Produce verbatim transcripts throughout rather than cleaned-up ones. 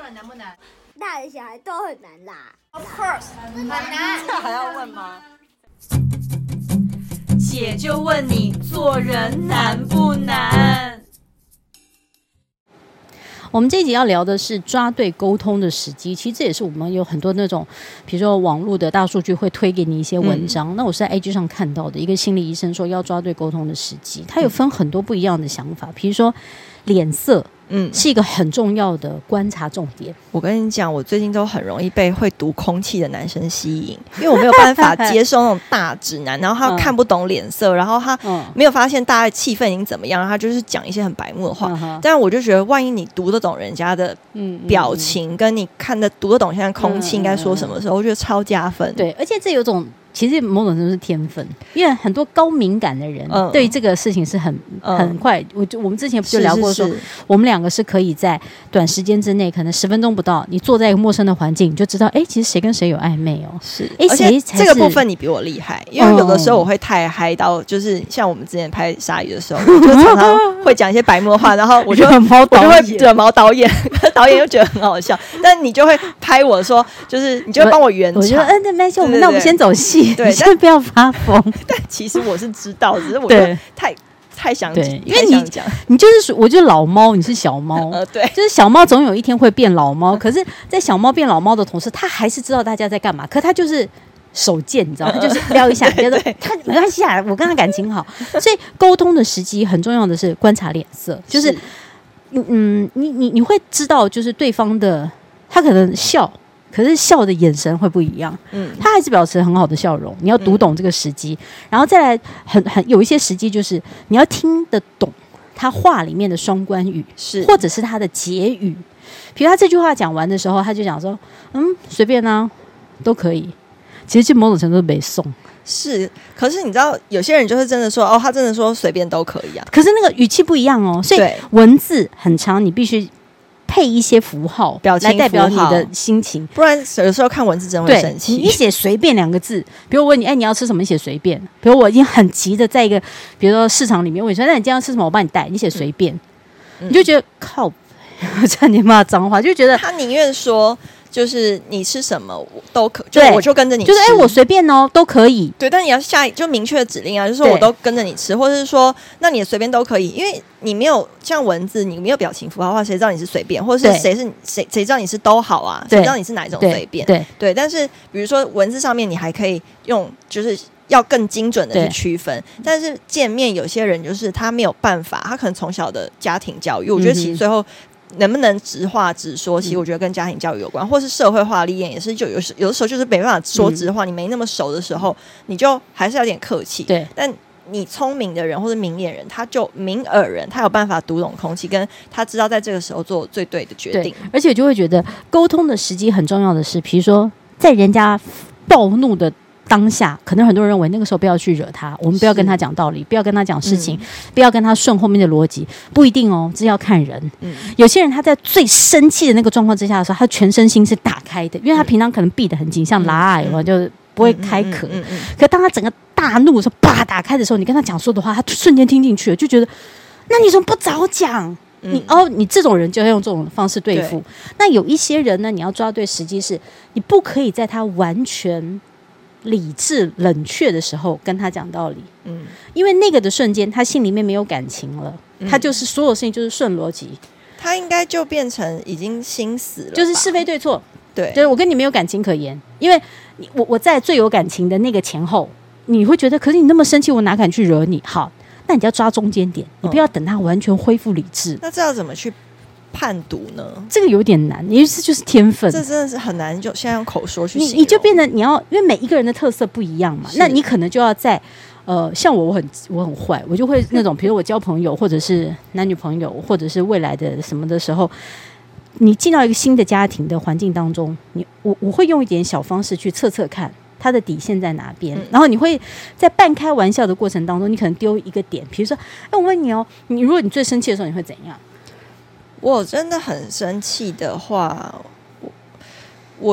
本难不难？ 大人小孩都很难啦。 Of course， 很难。 这还要问吗？ 姐就问你，做人难不难？ 我们这一集要聊的是抓对沟通的时机，其实这也是我们有很多那种，比如说网络的大数据会推给你一些文章。嗯、那我是在 I G 上看到的一个心理医生说，要抓对沟通的时机，他有分很多不一样的想法，比如说脸色。嗯，是一个很重要的观察重点。 我跟你讲，我最近都很容易被会读空气的男生吸引，因为我没有办法接受那种大直男，然后他看不懂脸色，嗯、然后他没有发现大家气氛已经怎么样，他就是讲一些很白目的话。嗯、但我就觉得，万一你读得懂人家的表情，嗯嗯、跟你看得读得懂现在空气应该说什么的时候，我觉得超加分。 对，而且这有种。其实某种程度是天分，因为很多高敏感的人、嗯、对于这个事情是很、嗯、很快。我就我们之前不就聊过说，是是是我们两个是可以在短时间之内，可能十分钟不到，你坐在一个陌生的环境，你就知道，哎，其实谁跟谁有暧昧哦。 是，哎，谁才是这个部分你比我厉害，因为有的时候我会太嗨到，就是像我们之前拍鲨鱼的时候，我就常常会讲一些白目话，然后我就惹毛导演， 惹毛导演，导演就觉得很好笑，但你就会拍我说，就是你就会帮我圆场。 我觉得，嗯，那没事，那我们先走戏。 对， 先不要发疯。 但其实我是知道，只是我太太想讲， 因为你你就是我就是老猫，你是小猫， 呃，对， 就是小猫总有一天会变老猫。可是，在小猫变老猫的同时，他还是知道大家在干嘛，可他就是手贱，你知道，他就是撩一下，觉得他没关系啊，我跟他感情好。所以沟通的时机很重要的是观察脸色，就是嗯，你你你会知道，就是对方的他可能笑。可是笑的眼神会不一样，嗯，他还是保持很好的笑容。你要读懂这个时机，嗯、然后再来很很有一些时机，就是你要听得懂他话里面的双关语， 是或者是他的结语。比如他这句话讲完的时候，他就讲说：“嗯，随便啊，都可以。”其实就某种程度没送。 是，可是你知道，有些人就是真的说：“哦，他真的说随便都可以啊。” 可是那个语气不一样哦，所以文字很长，你必须。配一些符号、 表情来代表你的心情， 不然有时候看文字真会生气。 你写随便两个字，比如我问你，哎，你要吃什么？你写随便。比如我已经很急的在一个，比如说市场里面问你说，那你今天要吃什么？我帮你带。你写随便，嗯、你就觉得靠，我差点骂脏话，就觉得他宁愿说。就是你吃什么都可，就我就跟着你吃， 就是哎，我随便哦，都可以。 对，但你要下就明确的指令啊，就是说我都跟着你吃，或者是说，那你也随便都可以，因为你没有像文字，你没有表情符号的话，谁知道你是随便，或者是谁是谁谁知道你是都好啊？谁知道你是哪一种随便？ 对 对, 对，但是比如说文字上面，你还可以用，就是要更精准的去区分。但是见面有些人就是他没有办法，他可能从小的家庭教育，我觉得其实最后。能不能直话直说？其实我觉得跟家庭教育有关，或是社会化历练也是。就有时有的时候就是没办法说直话，嗯、你没那么熟的时候，你就还是要有点客气。 对， 但你聪明的人或者明眼人，他就明耳人，他有办法读懂空气，跟他知道在这个时候做最对的决定。 而且就会觉得沟通的时机很重要的是，比如说在人家暴怒的。当下可能很多人认为那个时候不要去惹他，我们不要跟他讲道理，不要跟他讲事情，嗯、不要跟他顺后面的逻辑，不一定哦，这要看人。嗯、有些人他在最生气的那个状况之下的时候，他全身心是打开的，因为他平常可能闭得很紧，像拉矮嘛，就不会开壳。嗯嗯嗯嗯、可当他整个大怒的时候，啪打开的时候，你跟他讲说的话，他瞬间听进去了，就觉得，那你怎么不早讲？你哦，你这种人就要用这种方式对付。对那有一些人呢，你要抓对时机是，你不可以在他完全。理智冷却的时候跟他讲道理，嗯，因为那个的瞬间他心里面没有感情了，嗯、他就是所有事情就是顺逻辑， 他应该就变成已经心死了， 就是是非对错， 对， 就是我跟你没有感情可言，因为我我在最有感情的那个前后，你会觉得，可是你那么生气，我哪敢去惹你？好，那你就要抓中间点，你不要等他完全恢复理智。 嗯、那这要怎么去？判读呢？ 这个有点难，因为这就是天分， 这真的是很难。就现在用口说去形容， 你你就变成你要，因为每一个人的特色不一样嘛，那你可能就要在呃，像我，我很我很坏，我就会那种，比如我交朋友，或者是男女朋友，或者是未来的什么的时候，你进到一个新的家庭的环境当中，你我我会用一点小方式去测测看他的底线在哪边，嗯、然后你会在半开玩笑的过程当中，你可能丢一个点，比如说，哎，我问你哦，你如果你最生气的时候，你会怎样？ 我真的很生气的话，我我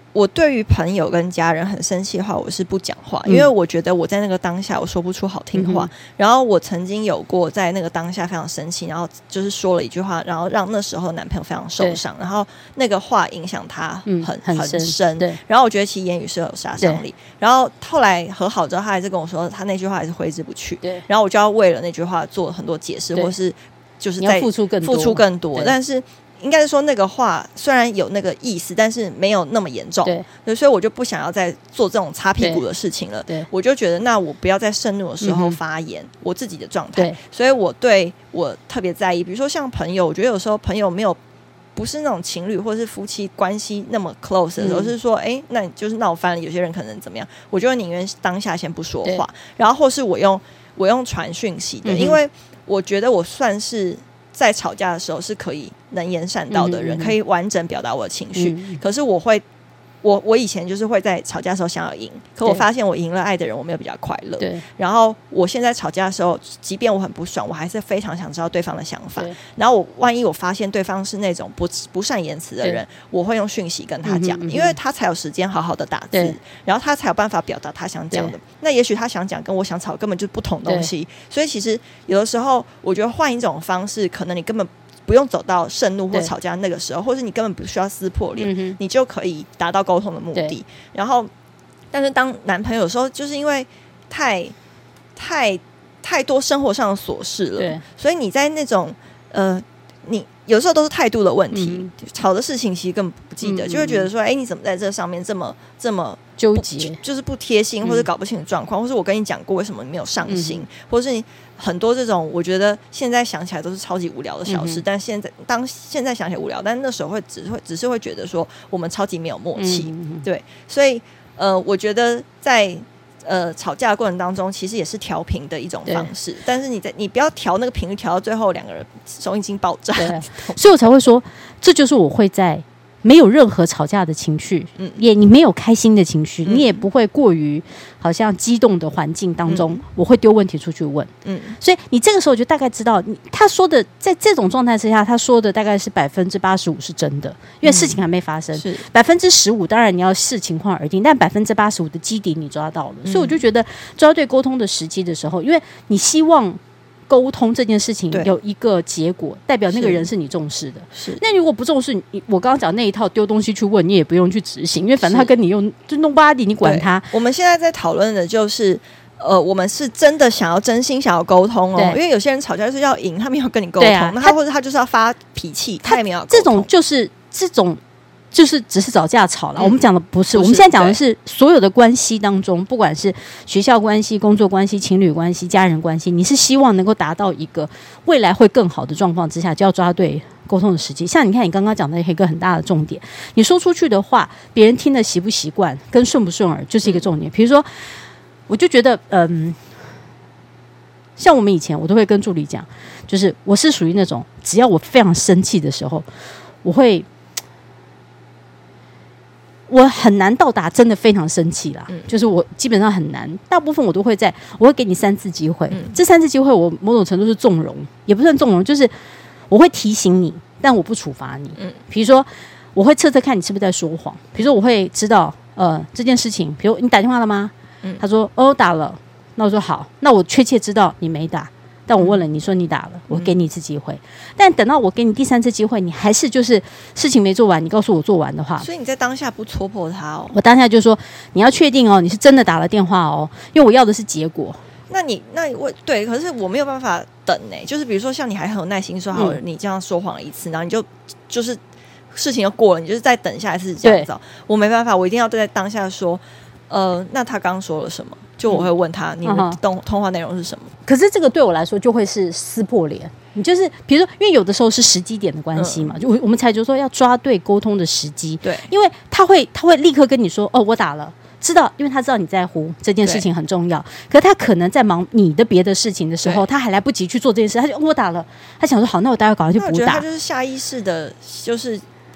我对于朋友跟家人很生气的话，我是不讲话，因为我觉得我在那个当下我说不出好听话。嗯、然后我曾经有过在那个当下非常生气，然后就是说了一句话，然后让那时候男朋友非常受伤，然后那个话影响他很、嗯、很深。很深对，然后我觉得其实言语是有杀伤力。然后后来和好之后，他还是跟我说，他那句话还是挥之不去。对，然后我就要为了那句话做很多解释，或是就是在付出更多， 付出更多，但是。应该是说那个话虽然有那个意思，但是没有那么严重，对，所以我就不想要再做这种擦屁股的事情了。对，我就觉得那我不要在盛怒的时候发言、嗯、我自己的状态。所以我对我特别在意，比如说像朋友，我觉得有时候朋友没有不是那种情侣或是夫妻关系那么 close 的时候，嗯、是说哎，那你就是闹翻了，有些人可能怎么样，我就宁愿当下先不说话，然后或是我用我用传讯息的、嗯，因为我觉得我算是。在吵架的时候是可以能言善道的人、嗯、可以完整表达我的情绪、嗯、可是我会我我以前就是会在吵架的时候想要赢，可我发现我赢了爱的人我没有比较快乐，对，然后我现在吵架的时候即便我很不爽，我还是非常想知道对方的想法，然后我万一我发现对方是那种不不善言辞的人，我会用讯息跟他讲、嗯、因为他才有时间好好的打字，然后他才有办法表达他想讲的，那也许他想讲跟我想吵根本就是不同东西，所以其实有的时候我觉得换一种方式，可能你根本不用走到盛怒或吵架那个时候，或是你根本不需要撕破脸、嗯、你就可以达到沟通的目的。然后但是当男朋友有时候就是因为太太太多生活上的琐事了，所以你在那种呃你有时候都是态度的问题、嗯、吵的事情其实根本不记得、嗯、就会觉得说哎，你怎么在这上面这么这么纠结， 就是不贴心、嗯、或者搞不清楚状况，或是我跟你讲过为什么你没有上心、嗯、或是你很多这种我觉得现在想起来都是超级无聊的小事、嗯、但现在当现在想起来无聊，但那时候会只会只是会觉得说我们超级没有默契、嗯、对，所以呃，我觉得在呃吵架的过程当中其实也是调频的一种方式，但是你在你不要调那个频率调到最后两个人手已经爆炸， 所以我才会说这就是我会在没有任何吵架的情绪、嗯、也你没有开心的情绪、嗯、你也不会过于好像激动的环境当中、嗯、我会丢问题出去问、嗯、所以你这个时候就大概知道他说的在这种状态之下他说的大概是百分之八十五是真的，因为事情还没发生，百分之十五当然你要视情况而定，但百分之八十五的基底你抓到了、嗯、所以我就觉得抓对沟通的时机的时候，因为你希望沟通这件事情有一个结果，代表那个人是你重视的。是，那如果不重视，你我刚刚讲那一套丢东西去问，你也不用去执行，因为反正他跟你用就 nobody， 你管他。 我们现在在讨论的就是，呃，我们是真的想要真心想要沟通哦，因为有些人吵架就是要赢，他没有跟你沟通，啊、那他或者他就是要发脾气，他也没有沟通。 这种就是这种。就是只是找架吵了、嗯、我们讲的不是，不是我们现在讲的是所有的关系当中，不管是学校关系、工作关系、情侣关系、家人关系，你是希望能够达到一个未来会更好的状况之下，就要抓对沟通的时机。像你看你刚刚讲的一个很大的重点，你说出去的话别人听得习不习惯跟顺不顺耳就是一个重点。比如说我就觉得嗯，像我们以前我都会跟助理讲，就是我是属于那种只要我非常生气的时候，我会我很难到达真的非常生气啦、嗯、就是我基本上很难，大部分我都会在我会给你三次机会、嗯、这三次机会我某种程度是纵容，也不算纵容，就是我会提醒你但我不处罚你、嗯、比如说我会测测看你是不是在说谎，比如说我会知道呃这件事情，比如你打电话了吗、嗯、他说哦打了，那我说好，那我确切知道你没打，但我问了你说你打了，我给你一次机会、嗯、但等到我给你第三次机会你还是就是事情没做完，你告诉我做完的话， 所以你在当下不戳破他哦， 我当下就说你要确定哦你是真的打了电话哦，因为我要的是结果。 那你那我对，可是我没有办法等呢、欸，就是比如说像你还很有耐心说好、嗯、你这样说谎了一次，然后你就就是事情就过了，你就是再等下一次这样子，我没办法，我一定要在当下说呃那他刚说了什么，就我会问他、嗯、你们通通话内容是什么、嗯、 可是这个对我来说就会是撕破脸，你就是比如说因为有的时候是时机点的关系嘛、嗯、就我们才就说要抓对沟通的时机，对，因为他会他会立刻跟你说哦我打了，知道，因为他知道你在乎这件事情很重要，可是他可能在忙你的别的事情的时候他还来不及去做这件事，他就、哦、我打了，他想说好那我待会赶快去补打， 我觉得他就是下意识的就是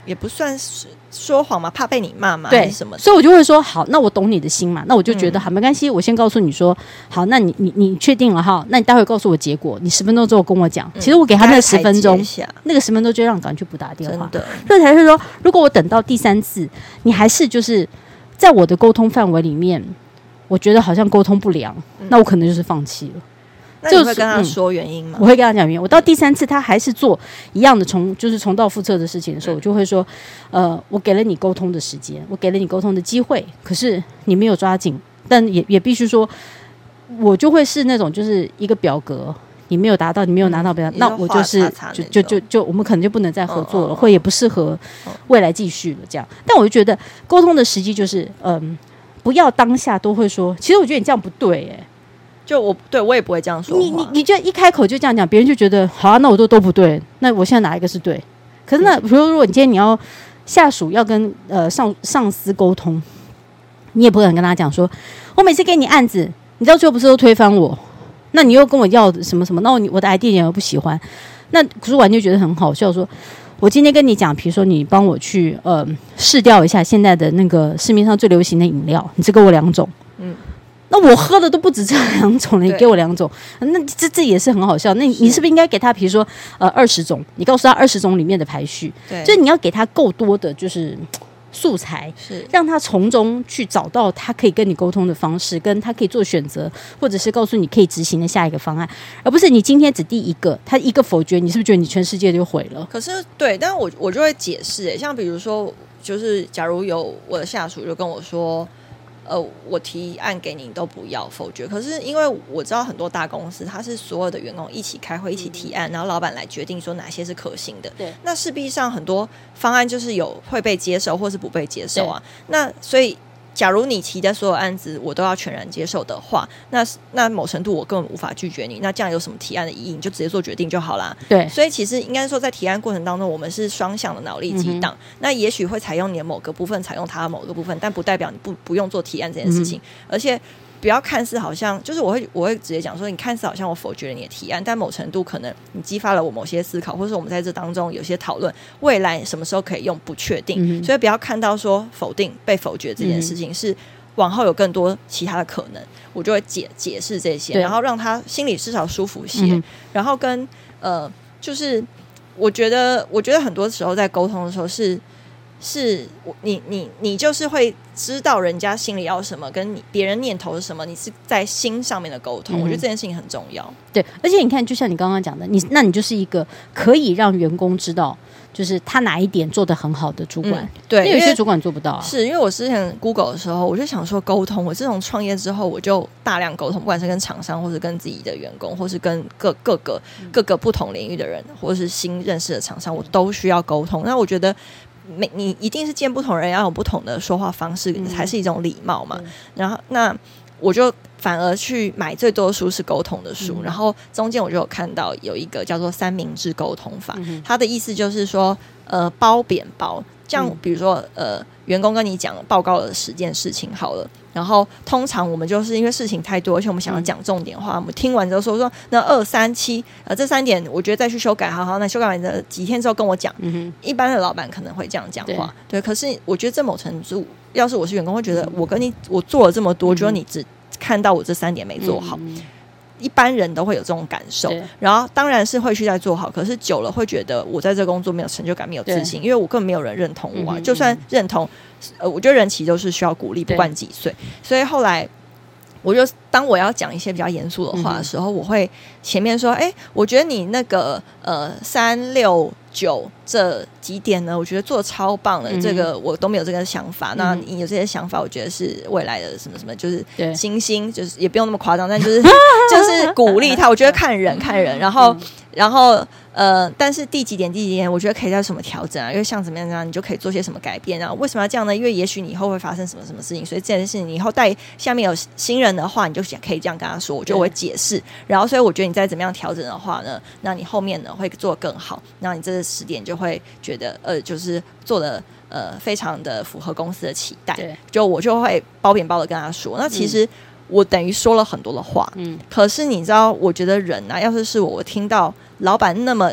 也不算是说谎嘛，怕被你骂嘛， 对还是什么的？ 所以我就会说好，那我懂你的心嘛，那我就觉得、 嗯、 好，没关系，我先告诉你说好，那你你你确定了哈？那你待会告诉我结果，你十分钟之后跟我讲、嗯。其实我给他那十分钟，那个十分钟就让赶快去不打电话。 真的， 所以才是说，如果我等到第三次，你还是就是在我的沟通范围里面，我觉得好像沟通不良，嗯、那我可能就是放弃了。 那你会跟他说原因吗？ 嗯、我会跟他讲原因。我到第三次他还是做一样的重就是重蹈覆辙的事情的时候，嗯、我就会说，呃，我给了你沟通的时间，我给了你沟通的机会，可是你没有抓紧，但也也必须说，我就会是那种就是一个表格，你没有达到，你没有拿到表格，嗯、那我就是叉叉就就就就我们可能就不能再合作了， 嗯嗯、 或也不适合未来继续了这样。但我就觉得沟通的时机就是，嗯，不要当下都会说，其实我觉得你这样不对、欸，哎。 就我对我也不会这样说话， 你你你就一开口就这样讲，别人就觉得好啊，那我都都不对，那我现在哪一个是对？可是那比如说，如果你今天你要下属要跟呃上上司沟通，你也不可能跟他讲说，我每次给你案子，你到最后不是都推翻我？那你又跟我要什么什么？那我我的 idea 你又不喜欢，那主管就觉得很好笑说。我今天跟你讲，比如说你帮我去呃试调一下现在的那个市面上最流行的饮料，你只给我两种，嗯。那我喝的都不止这两种了，你给我两种，那这这也是很好笑。那你是不是应该给他，比如说呃二十种，你告诉他二十种里面的排序，对，就是你要给他够多的，就是素材，是让他从中去找到他可以跟你沟通的方式，跟他可以做选择，或者是告诉你可以执行的下一个方案，而不是你今天只第一个，他一个否决，你是不是觉得你全世界就毁了？ 可是对，但我我就会解释，哎，像比如说，就是假如有我的下属就跟我说。呃，我提案给你都不要否决，可是因为我知道很多大公司，它是所有的员工一起开会、一起提案，然后老板来决定说哪些是可行的。对，那势必上很多方案就是有会被接受或是不被接受啊。那所以。假如你提的所有案子我都要全然接受的话，那那某程度我根本无法拒绝你，那这样有什么提案的意义？你就直接做决定就好啦。对，所以其实应该说在提案过程当中，我们是双向的脑力激荡、嗯、那也许会采用你的某个部分，采用他的某个部分，但不代表你不不用做提案这件事情、嗯、而且不要看似好像就是我会我会直接讲说，你看似好像我否决了你的提案，但某程度可能你激发了我某些思考，或是我们在这当中有些讨论未来什么时候可以用不确定、嗯、所以不要看到说否定被否决这件事情、嗯、是往后有更多其他的可能，我就会解解释这些，然后让他心里至少舒服些、嗯、然后跟呃就是我觉得我觉得很多时候在沟通的时候是是你你你就是会知道人家心里要什么，跟你别人念头是什么，你是在心上面的沟通、嗯、我觉得这件事情很重要。对，而且你看就像你刚刚讲的，你那你就是一个可以让员工知道就是他哪一点做得很好的主管、嗯、对，因为有些主管做不到啊。是因为我之前 Google 的时候我就想说沟通，我自从创业之后我就大量沟通，不管是跟厂商或是跟自己的员工，或是跟各各个各个不同领域的人，或是新认识的厂商，我都需要沟通。那我觉得每你一定是见不同人要有不同的说话方式、嗯、才是一种礼貌嘛、嗯、然后那我就反而去买最多的书是沟通的书、嗯、然后中间我就有看到有一个叫做三明治沟通法、嗯、它的意思就是说呃褒贬褒，这样比如说呃员工跟你讲报告了十件事情好了，然后通常我们就是因为事情太多，而且我们想要讲重点的话、嗯、我们听完之后说说那二三七呃这三点我觉得再去修改，好好那修改完的几天之后跟我讲、嗯、一般的老板可能会这样讲话， 对, 对，可是我觉得这某程度要是我是员工会觉得我跟你我做了这么多，觉得你只看到我这三点没做好、嗯、一般人都会有这种感受，然后当然是会去再做好，可是久了会觉得我在这工作没有成就感，没有自信，因为我根本没有人认同我啊、嗯、就算认同呃，我觉得人其实都是需要鼓励，不管几岁，所以后来我就当我要讲一些比较严肃的话的时候、嗯、我会前面说哎，我觉得你那个呃三六九这几点呢我觉得做得超棒的、嗯、这个我都没有这个想法、嗯、那你有这些想法我觉得是未来的什么什么，就是星星，就是也不用那么夸张，但就是就是鼓励他，我觉得看人看人，然后、嗯、然后呃，但是第几点第几点我觉得可以在什么调整啊，因为像怎么样怎么样你就可以做些什么改变啊，为什么要这样呢？因为也许你以后会发生什么什么事情，所以这件事情你以后带下面有新人的话你就可以这样跟他说，我觉得我会解释，然后所以我觉得你再怎么样调整的话呢，那你后面呢会做得更好，然后你这十点就会觉得呃就是做的呃非常的符合公司的期待，对，就我就会褒贬褒的跟他说，那其实、嗯我等于说了很多的话、嗯、可是你知道我觉得人啊，要是是我我听到老板那么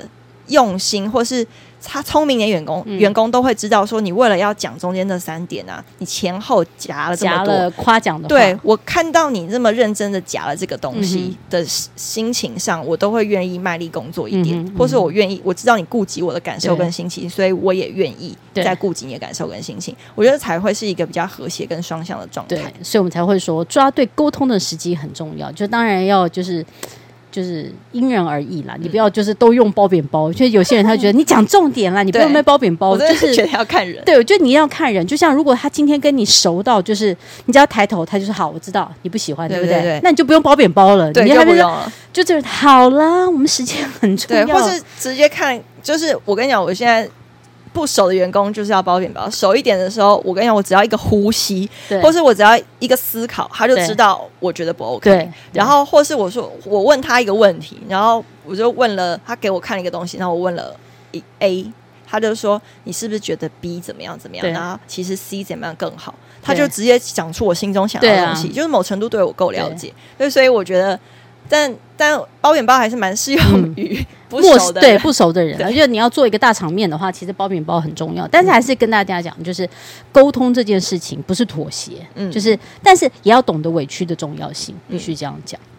用心，或是他聪明的员工，嗯、员工都会知道说，你为了要讲中间那三点啊，你前后夹了这么多， 夹了夸奖的话， 对，我看到你这么认真的夹了这个东西的心情上，嗯、我都会愿意卖力工作一点，嗯、或是我愿意，我知道你顾及我的感受跟心情，所以我也愿意再顾及你的感受跟心情。我觉得才会是一个比较和谐跟双向的状态。 对，所以我们才会说抓对沟通的时机很重要。就当然要就是。就是因人而异啦，你不要就是都用褒贬包，就有些人他觉得你讲重点啦，你不用卖褒贬包，就是觉得要看人。 对，我觉得你要看人，就像如果他今天跟你熟到，就是你只要抬头，他就是好，我知道你不喜欢，对不对？对对对，那你就不用褒贬包了， 对， 你就不用了， 就这好啦，我们时间很重要， 对，或是直接看，就是我跟你讲，我现在。不熟的员工就是要褒贬包，熟一点的时候，我跟你讲，我只要一个呼吸，或是我只要一个思考，他就知道我觉得不 OK。对，然后或是我说我问他一个问题，然后我就问了他给我看一个东西，然后我问了 A， 他就说你是不是觉得 B 怎么样怎么样？然后其实 C 怎么样更好？他就直接讲出我心中想要的东西，就是某程度对我够了解。对，所以我觉得，但但褒贬包还是蛮适用于。嗯不熟的人， 对不熟的人，我觉得你要做一个大场面的话，其实褒贬包很重要。但是还是跟大家讲，就是沟通这件事情不是妥协，嗯，就是但是也要懂得委屈的重要性，必须这样讲。